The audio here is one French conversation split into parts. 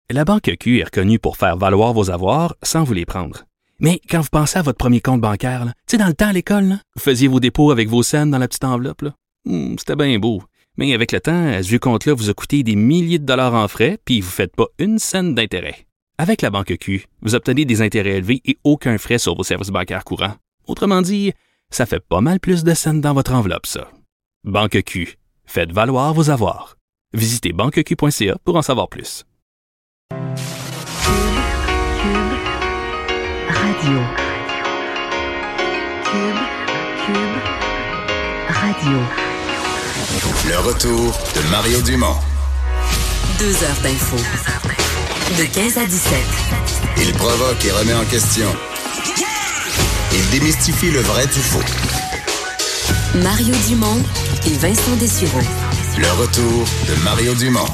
La Banque Q est reconnue pour faire valoir vos avoirs sans vous les prendre. Mais quand vous pensez à votre premier compte bancaire, tu sais, dans le temps à l'école, là, vous faisiez vos dépôts avec vos scènes dans la petite enveloppe. Là. C'était bien beau. Mais avec le temps, ce vieux compte-là vous a coûté des milliers de dollars en frais, puis vous ne faites pas une scène d'intérêt. Avec la Banque Q, vous obtenez des intérêts élevés et aucun frais sur vos services bancaires courants. Autrement dit, ça fait pas mal plus de scènes dans votre enveloppe, ça. Banque Q. Faites valoir vos avoirs. Visitez banqueq.ca pour en savoir plus. Radio. Cube Radio. Le retour de Mario Dumont. 2 heures d'info. De 15 à 17. Il provoque et remet en question. Il démystifie le vrai du faux. Mario Dumont et Vincent Dessureau. Le retour de Mario Dumont.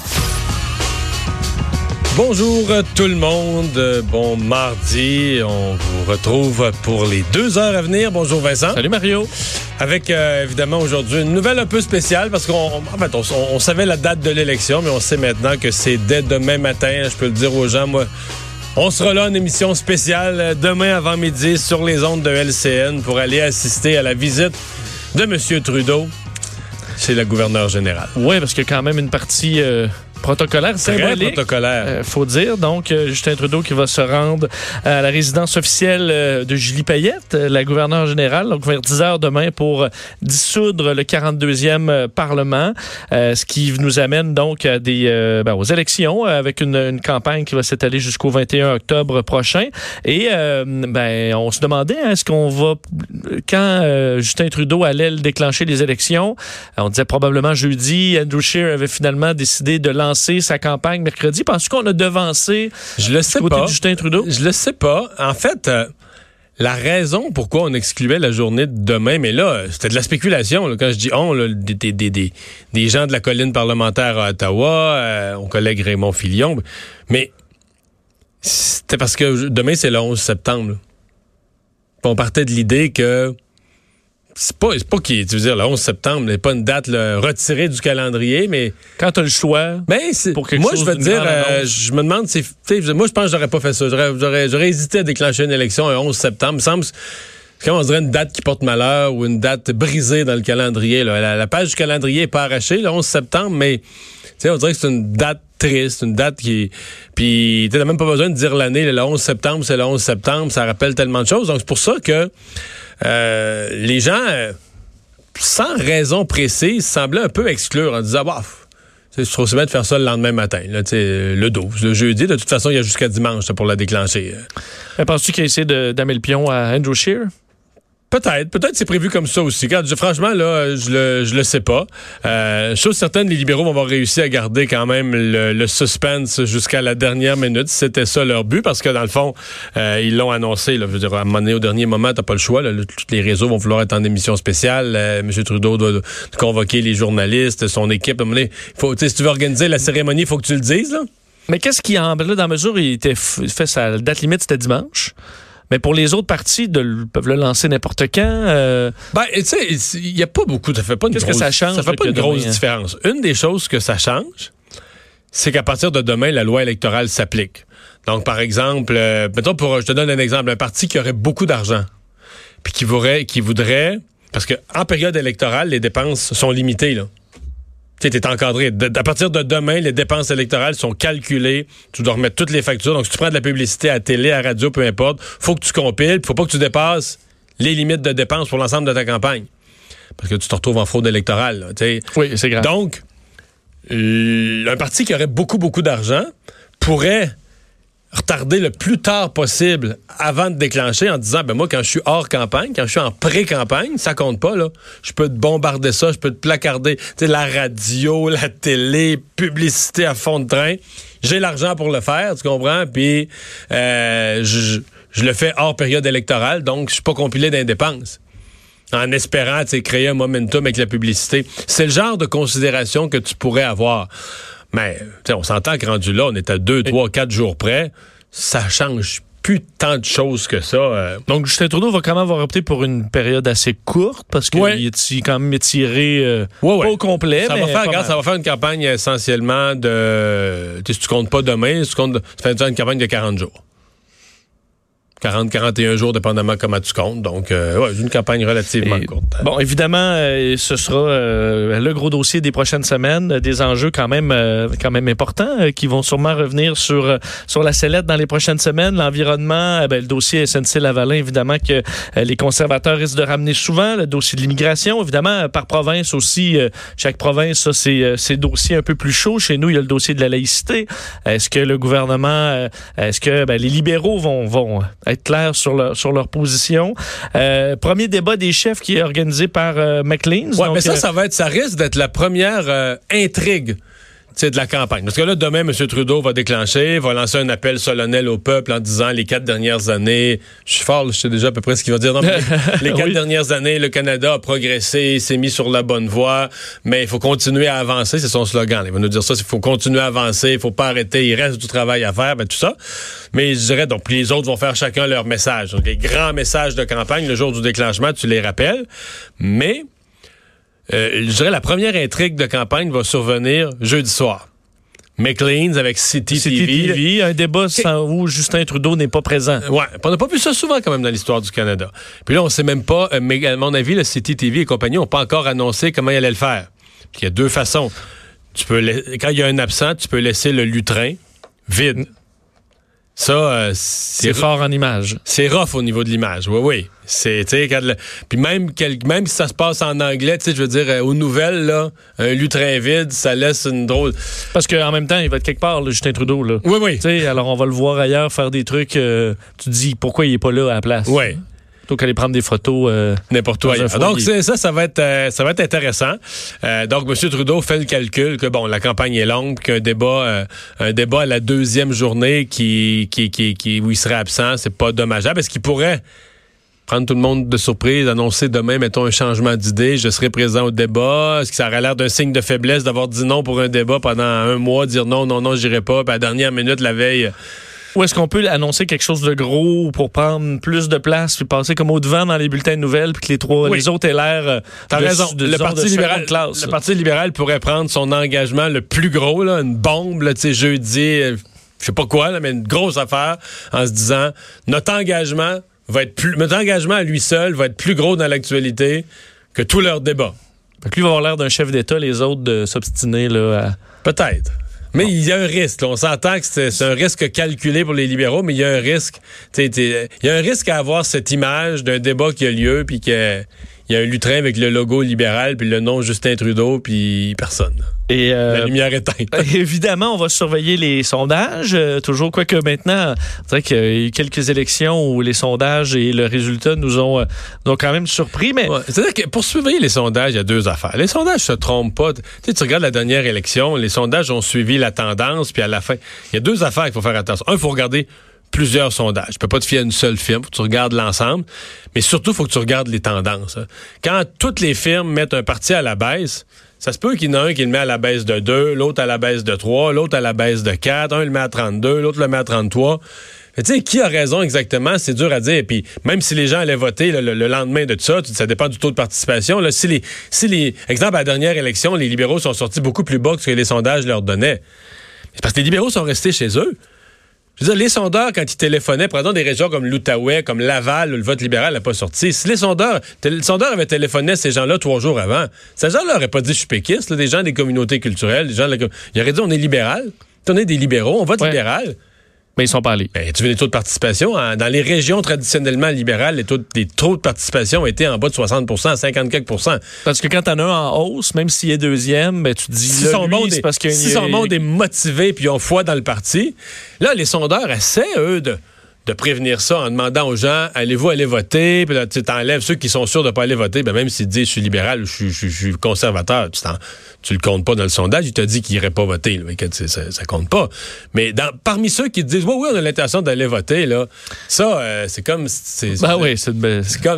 Bonjour tout le monde, bon mardi, on vous retrouve pour les 2 heures à venir. Bonjour Vincent. Salut Mario. Avec évidemment aujourd'hui une nouvelle un peu spéciale parce on savait la date de l'élection, mais on sait maintenant que c'est dès demain matin, je peux le dire aux gens, moi, on sera là en émission spéciale demain avant midi sur les ondes de LCN pour aller assister à la visite de M. Trudeau chez le gouverneur général. Oui, parce qu'il y a quand même une partie protocolaire, symbolique. Protocolaire. Faut dire. Donc, Justin Trudeau qui va se rendre à la résidence officielle de Julie Payette, la gouverneure générale, donc vers 10 heures demain pour dissoudre le 42e Parlement, ce qui nous amène donc à aux élections avec une campagne qui va s'étaler jusqu'au 21 octobre prochain. Et on se demandait, est-ce qu'on va, quand Justin Trudeau allait déclencher les élections, on disait probablement jeudi, Andrew Scheer avait finalement décidé de lancer sa campagne mercredi. Penses-tu qu'on a devancé du côté de Justin Trudeau? Je le sais pas. En fait, la raison pourquoi on excluait la journée de demain, mais là, c'était de la spéculation. Là, quand je dis on, là, des gens de la colline parlementaire à Ottawa, mon collègue Raymond Filion, mais c'était parce que demain, c'est le 11 septembre. Là. On partait de l'idée que c'est pas qui, tu veux dire, le 11 septembre n'est pas une date retirée du calendrier, mais quand t'as le choix, moi je veux te dire, je me demande, moi je pense que j'aurais pas fait ça. J'aurais hésité à déclencher une élection un 11 septembre. Il me semble, c'est comme on dirait une date qui porte malheur ou une date brisée dans le calendrier. Là. La page du calendrier est pas arrachée, le 11 septembre, mais on dirait que c'est une date triste, une date qui... Puis t'as même pas besoin de dire l'année, le 11 septembre, c'est le 11 septembre, ça rappelle tellement de choses. Donc c'est pour ça que les gens, sans raison précise, semblaient un peu exclure en disant, je trouve c'est bien de faire ça le lendemain matin, là, le 12, le jeudi. De toute façon, il y a jusqu'à dimanche pour la déclencher. Penses-tu qu'il a essayé d'amener le pion à Andrew Scheer? Peut-être c'est prévu comme ça aussi. Franchement, là, je le sais pas. Chose certaine, les libéraux vont avoir réussi à garder quand même le suspense jusqu'à la dernière minute. C'était ça leur but, parce que dans le fond, ils l'ont annoncé. Là, je veux dire, à un moment donné, au dernier moment, t'as pas le choix. Là, tous les réseaux vont vouloir être en émission spéciale. M. Trudeau doit convoquer les journalistes, son équipe. À un moment donné, si tu veux organiser la cérémonie, il faut que tu le dises. Là. Mais qu'est-ce qui, dans la mesure où il était fait sa date limite, c'était dimanche. Mais pour les autres partis, peuvent le lancer n'importe quand. Tu sais, il n'y a pas beaucoup. Ça fait pas une Qu'est-ce que ça change? Ça fait pas une grosse différence. Une des choses que ça change, c'est qu'à partir de demain, la loi électorale s'applique. Donc, par exemple, mettons, je te donne un exemple, un parti qui aurait beaucoup d'argent, puis qui voudrait, parce que en période électorale, les dépenses sont limitées, là. Tu es encadré. À partir de demain, les dépenses électorales sont calculées. Tu dois remettre toutes les factures. Donc, si tu prends de la publicité à télé, à radio, peu importe, faut que tu compiles. Faut pas que tu dépasses les limites de dépenses pour l'ensemble de ta campagne. Parce que tu te retrouves en fraude électorale. Là, oui, c'est grave. Donc, un parti qui aurait beaucoup, beaucoup d'argent pourrait retarder le plus tard possible avant de déclencher en disant, moi, quand je suis hors campagne, quand je suis en pré-campagne, ça compte pas, là. Je peux te bombarder ça, je peux te placarder, la radio, la télé, publicité à fond de train. J'ai l'argent pour le faire, tu comprends? Puis, je le fais hors période électorale, donc je suis pas compilé dans les dépenses. En espérant, créer un momentum avec la publicité. C'est le genre de considération que tu pourrais avoir. Mais on s'entend que rendu là, on est à 2, 3, 4 jours près, ça change plus tant de choses que ça. Donc, Justin Trudeau va quand même avoir opté pour une période assez courte parce qu'il est quand même étiré pas au complet. Ça va faire une campagne essentiellement de... Si tu comptes pas demain, ça fait une campagne de 40 jours. 40-41 jours, dépendamment comment tu comptes. Donc, une campagne relativement courte. Bon, évidemment, ce sera le gros dossier des prochaines semaines, des enjeux quand même importants qui vont sûrement revenir sur la sellette dans les prochaines semaines. L'environnement, le dossier SNC-Lavalin, évidemment, que les conservateurs risquent de ramener souvent. Le dossier de l'immigration, évidemment, par province aussi. Chaque province a ses dossiers un peu plus chauds. Chez nous, il y a le dossier de la laïcité. Est-ce que le gouvernement, les libéraux vont être clairs sur leur position. Premier débat des chefs qui est organisé par Maclean's. Oui, mais ça risque d'être la première intrigue de la campagne. Parce que là, demain, M. Trudeau va lancer un appel solennel au peuple en disant les 4 dernières années, je suis fort, je sais déjà à peu près ce qu'il va dire. Non, les 4 dernières années, le Canada a progressé, s'est mis sur la bonne voie, mais il faut continuer à avancer, c'est son slogan. Il va nous dire ça, il faut continuer à avancer, il faut pas arrêter, il reste du travail à faire, tout ça. Mais je dirais, donc, les autres vont faire chacun leur message. Donc, les grands messages de campagne, le jour du déclenchement, tu les rappelles, mais... je dirais la première intrigue de campagne va survenir jeudi soir. Maclean's avec City TV. Un débat où Justin Trudeau n'est pas présent. Ouais, on n'a pas vu ça souvent quand même dans l'histoire du Canada. Puis là, on ne sait même pas, mais à mon avis, le City TV et compagnie n'ont pas encore annoncé comment ils allaient le faire. Puis il y a 2 façons. Quand il y a un absent, tu peux laisser le lutrin vide. Ça, c'est fort en image. C'est rough au niveau de l'image, oui. Puis même si ça se passe en anglais, je veux dire, aux nouvelles, là, un lutrin vide, ça laisse une drôle... Parce qu'en même temps, il va être quelque part, là, Justin Trudeau, là. Oui. Alors, on va le voir ailleurs faire des trucs, tu te dis, pourquoi il est pas là à la place? Oui. Plutôt qu'aller prendre des photos n'importe où ailleurs. Donc, ça va être intéressant. Donc, M. Trudeau fait le calcul que, la campagne est longue, qu'un débat à la 2e journée où il serait absent, c'est pas dommageable. Est-ce qu'il pourrait prendre tout le monde de surprise, annoncer demain, mettons, un changement d'idée, je serai présent au débat? Est-ce que ça aurait l'air d'un signe de faiblesse d'avoir dit non pour un débat pendant un mois, dire non, j'irai pas, puis à la dernière minute, la veille... Ou est-ce qu'on peut annoncer quelque chose de gros pour prendre plus de place puis passer comme au-devant dans les bulletins de nouvelles puis que les autres aient l'air... T'as raison. Le Parti libéral pourrait prendre son engagement le plus gros, là, une bombe, là, jeudi, je sais pas quoi, là, mais une grosse affaire, en se disant, notre engagement à lui seul va être plus gros dans l'actualité que tous leurs débats. Fait que lui va avoir l'air d'un chef d'État, les autres de s'obstiner, là, Peut-être. Mais il y a un risque. Là. On s'entend que c'est un risque calculé pour les libéraux, mais il y a un risque. Il y a un risque à avoir cette image d'un débat qui a lieu, puis qu'il y a un lutrin avec le logo libéral, puis le nom Justin Trudeau, puis personne. Et la lumière éteinte. Évidemment, on va surveiller les sondages. Toujours, quoique maintenant, on dirait qu'il y a eu quelques élections où les sondages et le résultat nous ont quand même surpris. Mais... Ouais, c'est-à-dire que pour surveiller les sondages, il y a 2 affaires. Les sondages se trompent pas. Tu regardes la dernière élection, les sondages ont suivi la tendance, puis à la fin, il y a 2 affaires qu'il faut faire attention. Un, il faut regarder plusieurs sondages. Tu peux pas te fier à une seule firme. Faut que tu regardes l'ensemble. Mais surtout, il faut que tu regardes les tendances. Quand toutes les firmes mettent un parti à la baisse, ça se peut qu'il y en a un qui le met à la baisse de 2, l'autre à la baisse de 3, l'autre à la baisse de 4, un le met à 32, l'autre le met à 33. Mais tu sais, qui a raison exactement, c'est dur à dire. Et puis, même si les gens allaient voter le lendemain de tout ça, ça dépend du taux de participation. Là, exemple, à la dernière élection, les libéraux sont sortis beaucoup plus bas que ce que les sondages leur donnaient. C'est parce que les libéraux sont restés chez eux. Je veux dire, les sondeurs, quand ils téléphonaient, prenons des régions comme l'Outaouais, comme Laval, où le vote libéral n'a pas sorti, si le sondeur avait téléphoné à ces gens-là 3 jours avant, ces gens-là n'auraient pas dit « je suis péquiste », des gens des communautés culturelles, ils auraient dit « on est libéral, on est des libéraux, on vote libéral ». Mais ils sont pas allés. Tu veux les taux de participation? Dans les régions traditionnellement libérales, les taux de participation étaient en bas de 60%, 50 quelques %. Parce que quand t'en as un en hausse, même s'il est 2e, tu te dis, si son monde est motivé puis ils ont foi dans le parti, là, les sondeurs essaient, eux, de prévenir ça en demandant aux gens, allez-vous aller voter? Puis là, tu t'enlèves ceux qui sont sûrs de ne pas aller voter. Ben, même s'ils te disent, je suis libéral ou je suis conservateur, tu le comptes pas dans le sondage. Il t'a dit qu'il irait pas voter. Là, ça compte pas. Mais parmi ceux qui te disent, oui, on a l'intention d'aller voter, là, ça, c'est comme... C'est comme...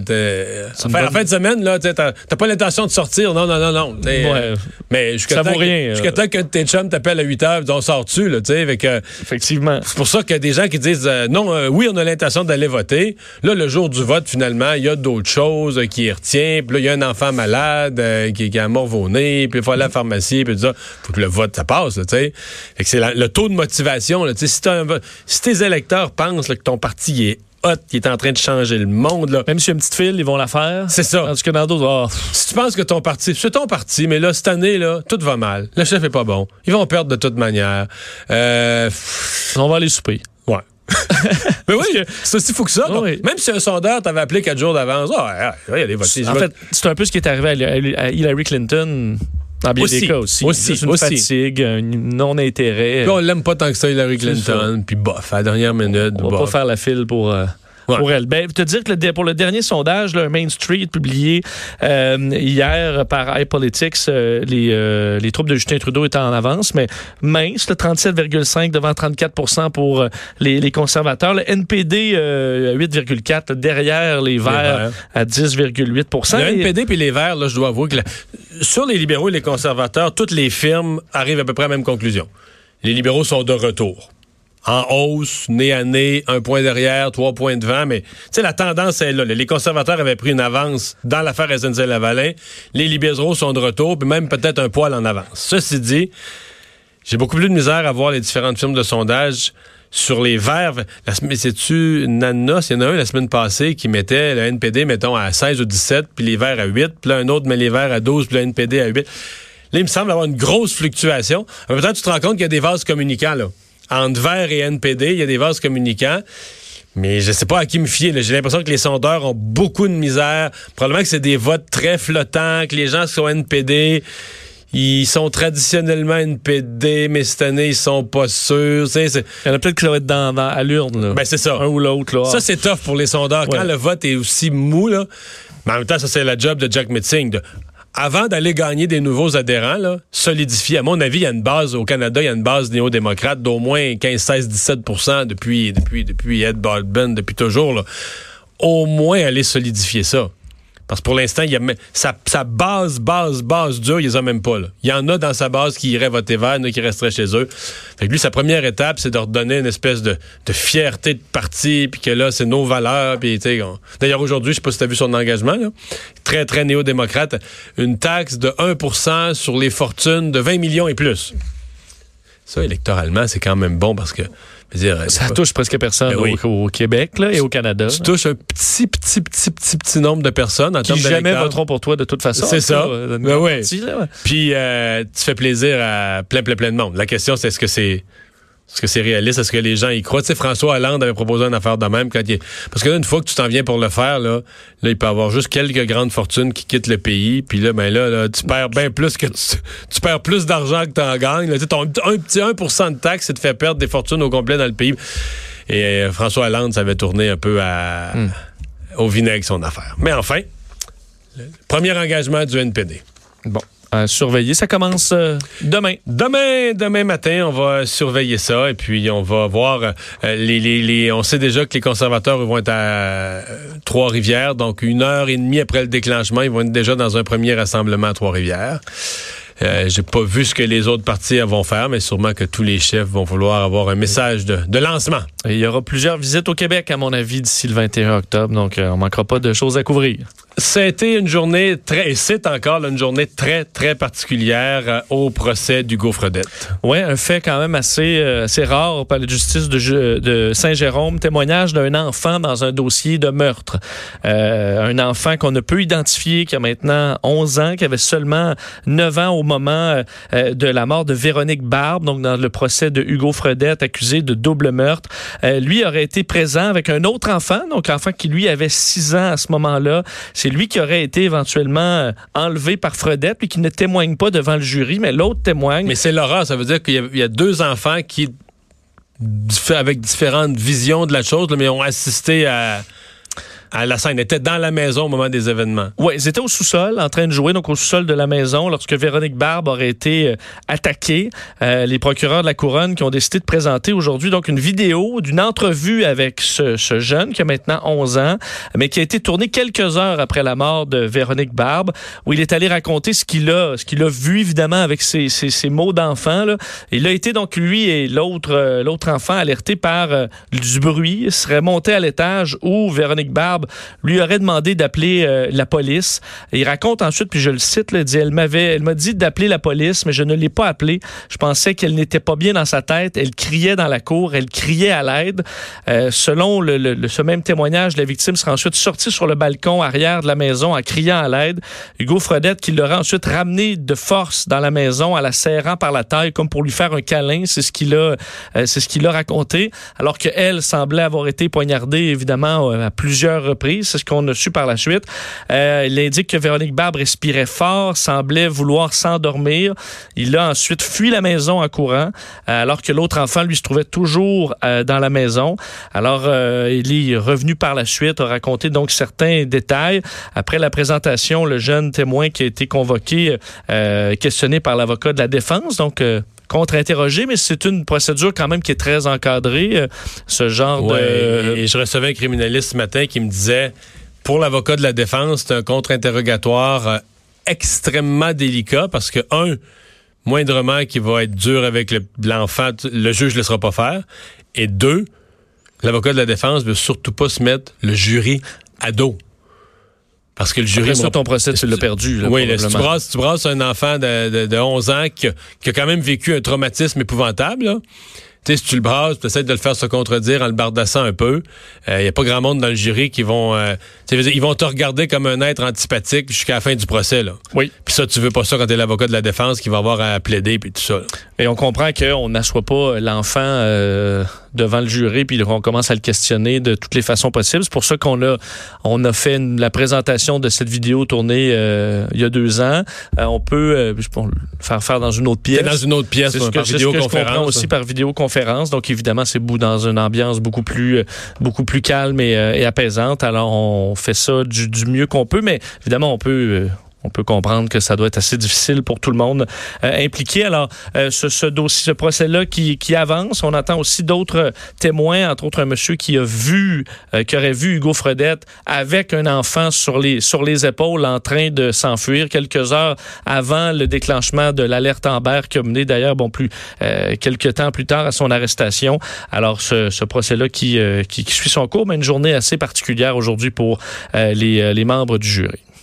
En fin de semaine, là, t'as pas l'intention de sortir. Non. Ouais. Mais ça vaut rien. Jusqu'à temps que tes chums t'appellent à 8 heures, on sort-tu, là, tu sais. Effectivement. C'est pour ça qu'il y a des gens qui disent... oui, on a l'intention d'aller voter. Là, le jour du vote, finalement, il y a d'autres choses qui y retiennent. Puis là, il y a un enfant malade qui a un morve-au-nez, puis il faut aller à la pharmacie, puis tout ça. Faut que le vote, ça passe, tu sais. Fait que c'est le taux de motivation, là. Tu sais, si tes électeurs pensent là, que ton parti est hot, qui est en train de changer le monde, là. Même s'il y a une petite file, ils vont la faire. C'est ça. Tandis que dans d'autres, si tu penses que ton parti, c'est ton parti, mais là, cette année, là, tout va mal. Le chef est pas bon. Ils vont perdre de toute manière. On va aller souper. Ouais. Mais oui, c'est aussi fou que ça. Oui. Même si un sondeur t'avait appelé 4 jours d'avance, il y a des votes. En fait, c'est un peu ce qui est arrivé à Hillary Clinton. Dans bien des cas aussi. Une fatigue, un non-intérêt. Puis on l'aime pas tant que ça, Hillary Clinton. Puis bof, à la dernière minute. On va pas faire la file pour elle. Ben, te dire que pour le dernier sondage, là, Main Street publié hier par iPolitics, les troupes de Justin Trudeau étaient en avance, mais mince, le 37,5 devant 34% pour les conservateurs. Le NPD, 8,4 derrière les Verts à 10,8%. Le NPD puis les Verts, là, je dois avouer que sur les libéraux et les conservateurs, toutes les firmes arrivent à peu près à la même conclusion. Les libéraux sont de retour. En hausse, nez à nez, 1 point derrière, 3 points devant, mais tu sais, la tendance est là. Les conservateurs avaient pris une avance dans l'affaire SNC-Lavalin. Les libéraux sont de retour, puis même peut-être un poil en avance. Ceci dit, j'ai beaucoup plus de misère à voir les différentes firmes de sondage sur les Verts. Mais sais-tu, Nanos, il y en a un la semaine passée qui mettait le NPD, mettons, à 16 ou 17, puis les Verts à 8, puis là, un autre met les Verts à 12, puis le NPD à 8. Là, il me semble avoir une grosse fluctuation. En même temps, tu te rends compte qu'il y a des vases communicants, là. Entre Verts et NPD, il y a des vases communicants. Mais je sais pas à qui me fier. Là. J'ai l'impression que les sondeurs ont beaucoup de misère. Probablement que c'est des votes très flottants, que les gens qui sont NPD, ils sont traditionnellement NPD, mais cette année, ils sont pas sûrs. Il y en a peut-être qui vont être à l'urne. Là. Ben, c'est ça. Un ou l'autre. Là. Ça, c'est tough pour les sondeurs. Ouais. Quand le vote est aussi mou, là, mais en même temps, ça, c'est la job de Jack Metzing. Avant d'aller gagner des nouveaux adhérents, là, solidifier. À mon avis, il y a une base, au Canada, il y a une base néo-démocrate d'au moins 15, 16, 17% depuis Ed Baldwin, depuis toujours. Là. Au moins aller solidifier ça. Parce que pour l'instant, il y a sa base dure, il les a même pas. Là. Il y en a dans sa base qui iraient voter vert, il y en a qui resteraient chez eux. Fait que lui, sa première étape, c'est de redonner une espèce de fierté de parti, puis que là, c'est nos valeurs. Puis, d'ailleurs, aujourd'hui, je sais pas si tu as vu son engagement, là, très, très néo-démocrate, une taxe de 1% sur les fortunes de 20 millions et plus. Ça, électoralement, c'est quand même bon parce que... ça touche presque personne au Québec là, et au Canada. Tu touches un petit nombre de personnes en termes qui jamais voteront pour toi de toute façon. C'est ça. Puis tu fais plaisir à plein de monde. La question, c'est est-ce que c'est réaliste? Est-ce que les gens y croient? Tu sais, François Hollande avait proposé une affaire de même. Parce que là, une fois que tu t'en viens pour le faire, là, il peut y avoir juste quelques grandes fortunes qui quittent le pays. Puis là, tu perds bien plus que tu perds plus d'argent que tu en gagnes. Là, ton un petit 1% de taxe, c'est te faire perdre des fortunes au complet dans le pays. Et François Hollande, ça avait tourné un peu au vinaigre son affaire. Mais enfin, le premier engagement du NPD. Bon. Surveiller. Ça commence demain. Demain matin, on va surveiller ça et puis on va voir on sait déjà que les conservateurs vont être à Trois-Rivières, donc 1h30 après le déclenchement, ils vont être déjà dans un premier rassemblement à Trois-Rivières. J'ai pas vu ce que les autres partis vont faire, mais sûrement que tous les chefs vont vouloir avoir un message de lancement. Et il y aura plusieurs visites au Québec, à mon avis, d'ici le 21 octobre, donc on manquera pas de choses à couvrir. Ça a été une journée c'est encore une journée très, très particulière au procès d'Hugo Fredette. Oui, un fait quand même assez rare au palais de justice de Saint-Jérôme. Témoignage d'un enfant dans un dossier de meurtre. Un enfant qu'on ne peut identifier, qui a maintenant 11 ans, qui avait seulement 9 ans au moment de la mort de Véronique Barbe, donc dans le procès de Hugo Fredette, accusé de double meurtre. Lui aurait été présent avec un autre enfant, donc l'enfant qui, lui, avait 6 ans à ce moment-là. C'est lui qui aurait été éventuellement enlevé par Fredette, puis qui ne témoigne pas devant le jury, mais l'autre témoigne. Mais c'est l'horreur, ça veut dire qu'il y a 2 enfants qui, avec différentes visions de la chose, là, mais ont assisté à à la scène, étaient dans la maison au moment des événements. Oui, ils étaient au sous-sol, en train de jouer, donc au sous-sol de la maison, lorsque Véronique Barbe aurait été attaquée. Les procureurs de la Couronne qui ont décidé de présenter aujourd'hui donc une vidéo d'une entrevue avec ce jeune qui a maintenant 11 ans, mais qui a été tournée quelques heures après la mort de Véronique Barbe, où il est allé raconter ce qu'il a vu, évidemment, avec ses mots d'enfant, là. Il a été donc, lui et l'autre enfant, alerté par du bruit, serait monté à l'étage où Véronique Barbe lui aurait demandé d'appeler la police. Et il raconte ensuite, puis je le cite, là, il dit, elle m'a dit d'appeler la police, mais je ne l'ai pas appelée. Je pensais qu'elle n'était pas bien dans sa tête. Elle criait dans la cour, elle criait à l'aide. Selon ce même témoignage, la victime serait ensuite sortie sur le balcon arrière de la maison en criant à l'aide. Hugo Fredette qui l'aurait ensuite ramené de force dans la maison en la serrant par la taille comme pour lui faire un câlin. C'est ce qu'il a raconté. Alors qu'elle semblait avoir été poignardée, évidemment, à plusieurs reprises. C'est ce qu'on a su par la suite. Il indique que Véronique Barbe respirait fort, semblait vouloir s'endormir. Il a ensuite fui la maison en courant, alors que l'autre enfant, lui, se trouvait toujours dans la maison. Alors, il est revenu par la suite, a raconté donc certains détails. Après la présentation, le jeune témoin qui a été convoqué, questionné par l'avocat de la défense, donc contre-interrogé, mais c'est une procédure quand même qui est très encadrée, ce genre de... Et je recevais un criminaliste ce matin qui me disait, pour l'avocat de la défense, c'est un contre-interrogatoire extrêmement délicat parce que, moindrement qui va être dur avec l'enfant, le juge ne laissera pas faire, et 2, l'avocat de la défense ne veut surtout pas se mettre le jury à dos. Parce que le jury... Après ça, ton procès, tu l'as perdu. Là, oui, là, si tu brasses un enfant de 11 ans qui a quand même vécu un traumatisme épouvantable, là, tu sais, si tu le brasses, tu essaies de le faire se contredire en le bardassant un peu. Il n'y a pas grand monde dans le jury qui vont... ils vont te regarder comme un être antipathique jusqu'à la fin du procès. Là. Oui. Puis ça, tu veux pas ça quand t'es l'avocat de la défense qui va avoir à plaider puis tout ça. Là. Et on comprend qu'on n'assoit pas l'enfant devant le jury puis on commence à le questionner de toutes les façons possibles. C'est pour ça qu'on a fait la présentation de cette vidéo tournée il y a 2 ans. On peut le faire dans une autre pièce. C'est dans une autre pièce, par vidéoconférence. Je comprends aussi par vidéoconférence. Donc, évidemment, c'est dans une ambiance beaucoup plus calme et apaisante. Alors, on fait ça du mieux qu'on peut, mais évidemment, on peut comprendre que ça doit être assez difficile pour tout le monde impliqué. Alors, ce dossier, ce procès-là qui avance, on entend aussi d'autres témoins, entre autres un monsieur qui aurait vu Hugo Fredette avec un enfant sur les épaules en train de s'enfuir quelques heures avant le déclenchement de l'alerte Amber qui a mené d'ailleurs, quelques temps plus tard à son arrestation. Alors, ce procès-là qui suit son cours, mais une journée assez particulière aujourd'hui pour les membres du jury.